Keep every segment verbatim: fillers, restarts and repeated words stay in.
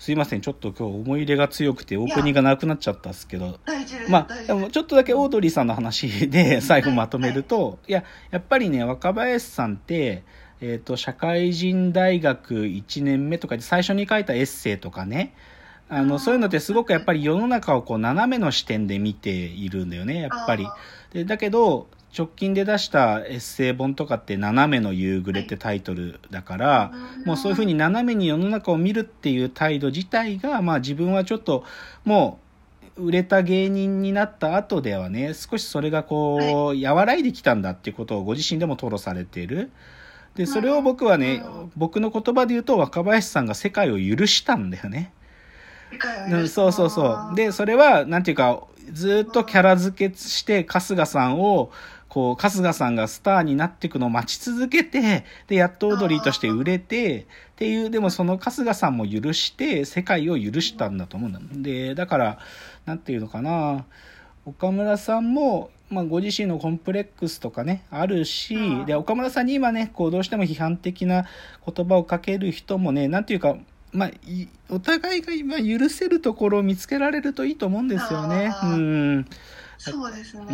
すいません、ちょっと今日思い入れが強くてオープニングがなくなっちゃったんですけど、 大事です、 まあ大事です。 でもちょっとだけオードリーさんの話で最後まとめると、はいはい、いややっぱりね、若林さんってえーと、社会人大学いちねんめとかで最初に書いたエッセイとかね、あのそういうのってすごくやっぱり世の中をこう斜めの視点で見ているんだよね、やっぱり。でだけど直近で出したエッセイ本とかって斜めの夕暮れってタイトルだから、はい、もうそういうふうに斜めに世の中を見るっていう態度自体が、まあ自分はちょっともう売れた芸人になった後ではね、少しそれがこう和らいできたんだっていうことをご自身でも吐露されている。でそれを僕はね、僕の言葉で言うと若林さんが世界を許したんだよね。そうそうそう。でそれはなんていうか、ずっとキャラ付けして春日さんをこう春日さんがスターになっていくのを待ち続けて、でやっとオードリーとして売れてっていう、でもその春日さんも許して世界を許したんだと思うんだ。でだからなんていうのかな、岡村さんも、まあ、ご自身のコンプレックスとかねあるし、で岡村さんに今ねこうどうしても批判的な言葉をかける人もね、なんていうか、まあ、お互いが今許せるところを見つけられるといいと思うんですよね。うん、 そうですね。 うん、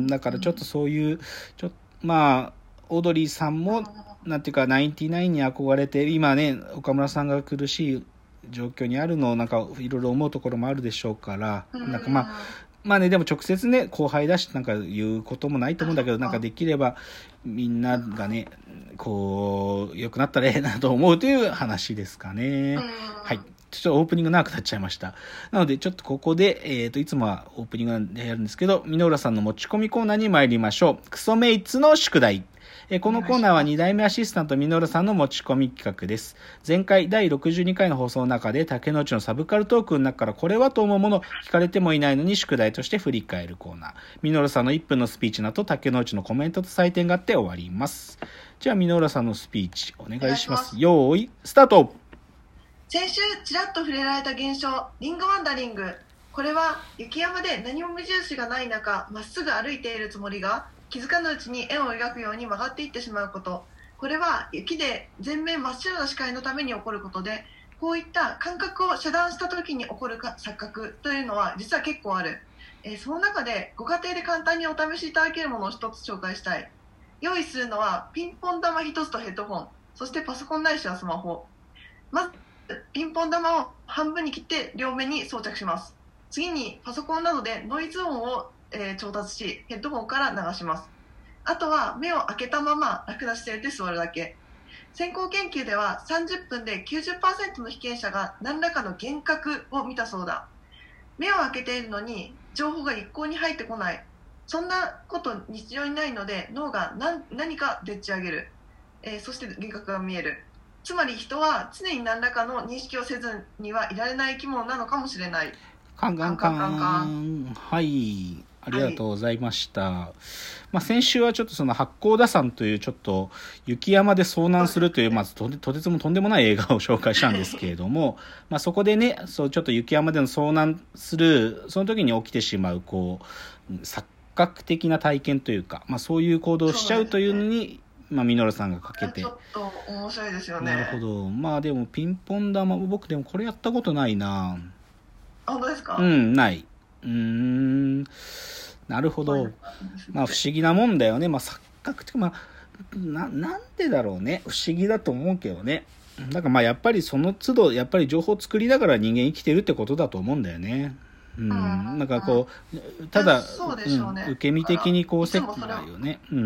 だからちょっとそういうちょまあオードリーさんもなんていうかナインティナインに憧れて今ね岡村さんが苦しい状況にあるのをなんかいろいろ思うところもあるでしょうから、なんかまあまあね、でも直接ね後輩だしなんか言うこともないと思うんだけど、なんかできればみんながねこう良くなったらええなと思うという話ですかね。はい、ちょっとオープニング長くなっちゃいました。なのでちょっとここで、えー、といつもはオープニングでやるんですけど、箕浦さんの持ち込みコーナーに参りましょう。クソメイツの宿題。えこのコーナーはに代目アシスタントミノルさんの持ち込み企画です。前回だいろくじゅうにかいの放送の中で竹之内のサブカルトークの中からこれはと思うもの聞かれてもいないのに宿題として振り返るコーナー。ミノルさんのいっぷんのスピーチの後、竹之内のコメントと採点があって終わります。じゃあミノルさんのスピーチお願いします。よーいスタート。 先週ちらっと触れられた現象、リングワンダリング。これは雪山で何も目印がない中まっすぐ歩いているつもりが気づかぬうちに円を描くように曲がっていってしまうこと。これは雪で全面真っ白な視界のために起こることで、こういった感覚を遮断した時に起こる錯覚というのは実は結構ある。えー、その中でご家庭で簡単にお試しいただけるものを一つ紹介したい。用意するのはピンポン玉一つとヘッドホン、そしてパソコンないしはスマホ。まずピンポン玉を半分に切って両面に装着します。次にパソコンなどでノイズ音をえー、調達しヘッドホンから流します。あとは目を開けたまま楽な姿勢で座るだけ。先行研究ではさんじゅっぷんで きゅうじゅっパーセント の被験者が何らかの幻覚を見たそうだ。目を開けているのに情報が一向に入ってこない。そんなこと日常にないので脳が 何, 何かでっち上げる、えー、そして幻覚が見える。つまり人は常に何らかの認識をせずにはいられない生き物なのかもしれない。 カンカンカンカンカン。はいありがとうございました、はい。まあ、先週はちょっとその八甲田山というちょっと雪山で遭難するという、まずとてつもとんでもない映画を紹介したんですけれどもまあそこでね、そうちょっと雪山での遭難するその時に起きてしまうこう錯覚的な体験というか、まあ、そういう行動をしちゃうというのにまあ、ミノルさんがかけてちょっと面白いですよね。 なるほど。まあでもピンポン玉僕でもこれやったことないな。 本当ですか？ うんない。うーんなるほど。まあ不思議なもんだよね。まあ錯覚っていうか、まあななんでだろうね。不思議だと思うけどね。だからまあやっぱりその都度やっぱり情報を作りながら人間生きてるってことだと思うんだよね。うん、なんかこうただ、 うんね、 受け身的にこう世界よね。うん。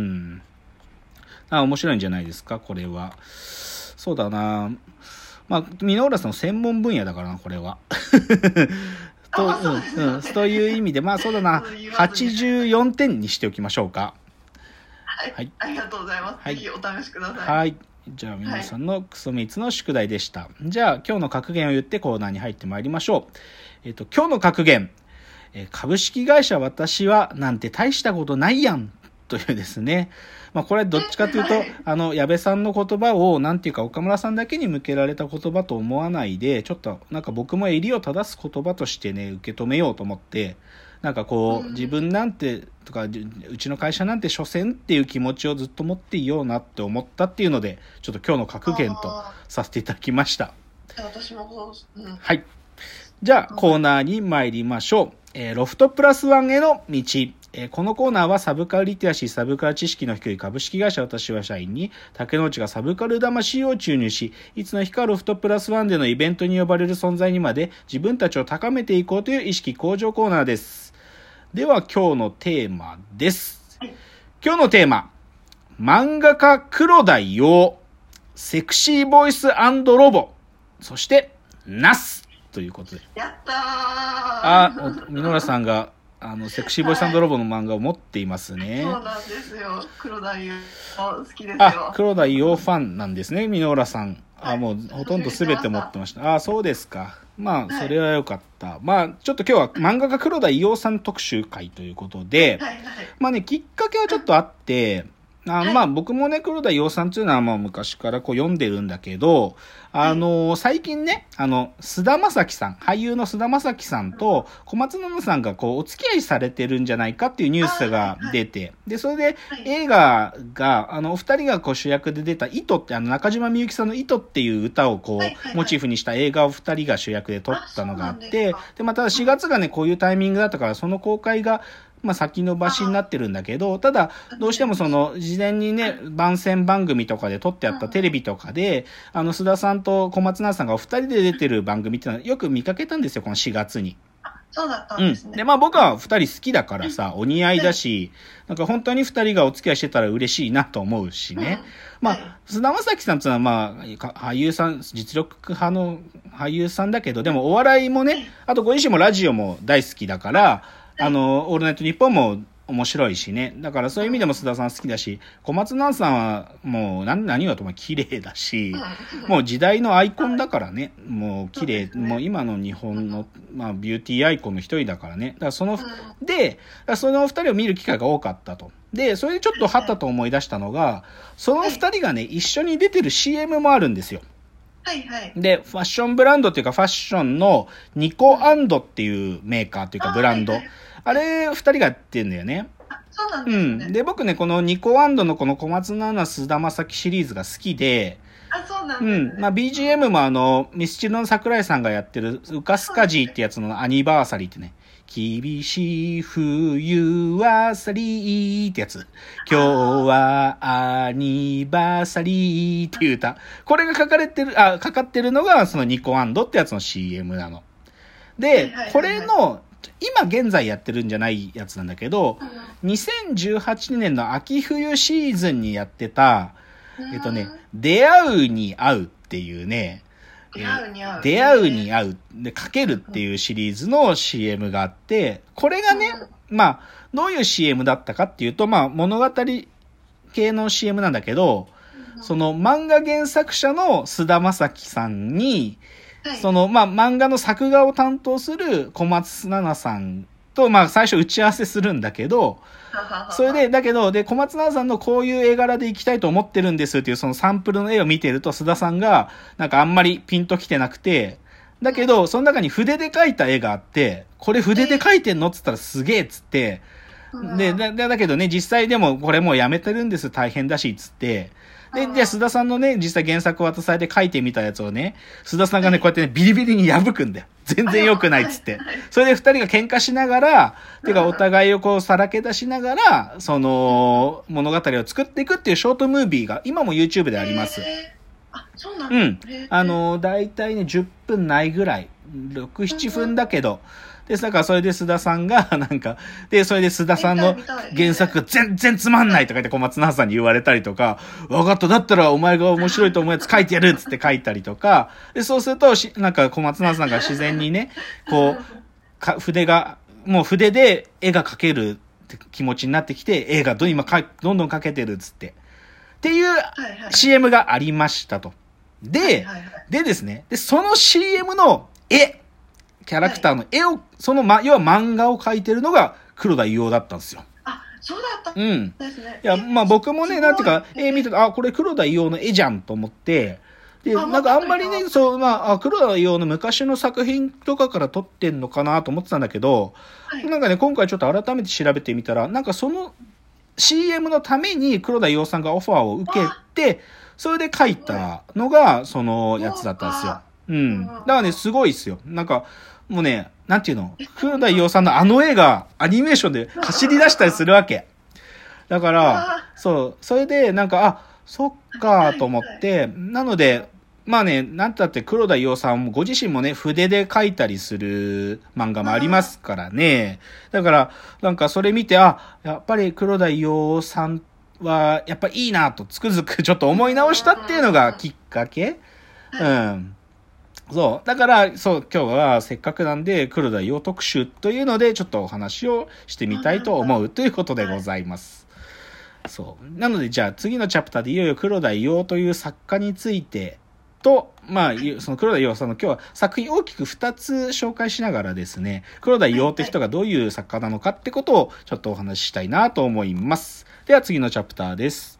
あ面白いんじゃないですかこれは。そうだな。まあ箕浦さんの専門分野だからなこれは。と, うんうん、という意味でまあそうだなはちじゅうよんてんにしておきましょうか。 はい、はい、ありがとうございます、はい、ぜひお試しください。 はい、じゃあ皆さんのクソメイツの宿題でした、はい、じゃあ今日の格言を言ってコーナーに入ってまいりましょう。えっと今日の格言、え株式会社私はなんて大したことないやんというですね。まあこれどっちかというと、はい、あの矢部さんの言葉をなんていうか岡村さんだけに向けられた言葉と思わないで、ちょっとなんか僕も襟を正す言葉としてね受け止めようと思って、なんかこう自分なんてとかうちの会社なんて所詮っていう気持ちをずっと持っていようなって思ったっていうので、ちょっと今日の格言とさせていただきました。 私もそう、うん、 はい。じゃあ、コーナーに参りましょう。えー、ロフトプラスワンへの道。えー、このコーナーはサブカルリテラシー、サブカル知識の低い株式会社私は社員に、竹之内がサブカル魂を注入し、いつの日かロフトプラスワンでのイベントに呼ばれる存在にまで自分たちを高めていこうという意識向上コーナーです。では、今日のテーマです。今日のテーマ、漫画家黒田伊代、セクシーボイス&ロボ、そしてナスということで。 やったー。 あ、箕浦さんがあのセクシーボイス&ロボの漫画を持っていますね。 はい、そうなんですよ。黒田伊代好きですよ。 あ、黒田伊代ファンなんですね、箕浦さん。あ、もうほとんど全て持ってました。あ、そうですか。まあ、それはよかった。はい、まあ、ちょっと今日は漫画家黒田伊代さん特集会ということで、はいはい、まあね、きっかけはちょっとあって、あまあ僕もね、黒田伊代さんっていうのはまあ昔からこう読んでるんだけど、あのー、最近ね、あの、菅田将暉さん、俳優の菅田将暉さんと小松菜奈さんがこうお付き合いされてるんじゃないかっていうニュースが出て、で、それで映画が、あの、お二人がこう主役で出た糸って、あの中島みゆきさんの糸っていう歌をこう、モチーフにした映画を二人が主役で撮ったのがあって、で、またしがつがね、こういうタイミングだったからその公開がまあ先延ばしになってるんだけど、ただどうしてもその事前にね番宣番組とかで撮ってあったテレビとかで、あの須田さんと小松菜奈さんがお二人で出てる番組っていうのはよく見かけたんですよ、このしがつに。 そうだったんですね。 うん、でまあ僕は二人好きだからさ、お似合いだし、なんか本当に二人がお付き合いしてたら嬉しいなと思うしね。まあ菅田将暉さんっていうのはまあ俳優さん、実力派の俳優さんだけど、でもお笑いもね、あとご自身もラジオも大好きだから、あの、オールナイトニッポンも面白いしね。だからそういう意味でも須田さん好きだし、小松菜奈さんはもう何、何はとも綺麗だし、もう時代のアイコンだからね。もう綺麗、もう今の日本の、まあ、ビューティーアイコンの一人だからね。だからその、で、その二人を見る機会が多かったと。で、それでちょっとはったと思い出したのが、その二人がね、一緒に出てる シーエム もあるんですよ。 はいはい、 で、ファッションブランドっていうかファッションのニコアンドっていうメーカーっていうかブランド。あ,、はいはい、あれ二人がやってんだよね。 そうなんですね。 うん。で、僕ね、このニコアンドのこの小松菜奈菅田将暉シリーズが好きで、 あ、そうなんですね。 うん。まあ ビージーエム もあの、ミスチルの桜井さんがやってるウカスカジーってやつのアニバーサリーってね、厳しい冬はサリーってやつ。今日はアニバーサリーっていう歌。これが書かれてる、あ、かかってるのがそのニコアンドってやつの シーエム なの。で、これの、今現在やってるんじゃないやつなんだけど、にせんじゅうはちねんの秋冬シーズンにやってた、えっとね、出会うに会うっていうね、 出会うに会う。 出会うに会う。で、かけるっていうシリーズの シーエム があって、これがね、まあ、どういう シーエム だったかっていうと、まあ、物語系の シーエム なんだけど、その漫画原作者の菅田将暉さんに、その、まあ、漫画の作画を担当する小松菜奈さんと、まあ、最初打ち合わせするんだけど、それで、だけど、で、小松菜奈さんのこういう絵柄で行きたいと思ってるんですっていうそのサンプルの絵を見てると、須田さんが、なんかあんまりピンときてなくて、だけど、その中に筆で描いた絵があって、これ筆で描いてんのっつったらすげえっつって、で、だ、だけどね、実際でもこれもうやめてるんです、大変だし、つって、で、じゃあ須田さんのね、実際原作渡されて書いてみたやつをね、須田さんがね、こうやってね、ビリビリに破くんだよ。全然良くないっつって。それで二人が喧嘩しながら、てかお互いをこうさらけ出しながら、その、物語を作っていくっていうショートムービーが、今も YouTube であります。 あ、そうなんだ。 うん。あの、だいたいね、じゅっぷんないぐらい。ろく、ななふんだけど、で、だからそれで須田さんが、なんか、で、それで須田さんの原作が全然つまんないとか言って小松菜奈さんに言われたりとか、わかった、だったらお前が面白いと思うやつ書いてやるっつって書いたりとか、で、そうするとし、なんか小松菜奈さんが自然にね、こう、か筆が、もう筆で絵が描けるって気持ちになってきて、絵がど今かどんどん描けてるっつって。っていう シーエム がありましたと。で、でですね、で、その シーエム の絵、キャラクターの絵を、そのま、要は漫画を描いてるのが黒田伊代だったんですよ。 あ、そうだったんですね。 うん。いや、まあ僕もね、なんていうか、絵見てた、あ、これ黒田伊代の絵じゃんと思って、で、なんかあんまりね、そう、まあ、黒田伊代の昔の作品とかから撮ってんのかなと思ってたんだけど、はい、なんかね、今回ちょっと改めて調べてみたら、なんかその シーエム のために黒田伊代さんがオファーを受けて、それで描いたのが、そのやつだったんですよ。 うん。だからね、すごいですよ。なんか、もうね、なんていうの、黒田伊代さんのあの絵がアニメーションで走り出したりするわけ。だから、そう、それで、なんか、あ、そっか、と思って、なので、まあね、なんたって黒田伊代さんもご自身もね、筆で描いたりする漫画もありますからね。だから、なんかそれ見て、あ、やっぱり黒田伊代さんは、やっぱいいなとつくづくちょっと思い直したっていうのがきっかけ。うん。そう。だから、そう、今日はせっかくなんで、黒田伊代特集というので、ちょっとお話をしてみたいと思うということでございます。そう。なので、じゃあ次のチャプターでいよいよ黒田伊代という作家についてと、まあ、その黒田伊代さんの今日は作品大きくふたつ紹介しながらですね、黒田伊代って人がどういう作家なのかってことをちょっとお話ししたいなと思います。では次のチャプターです。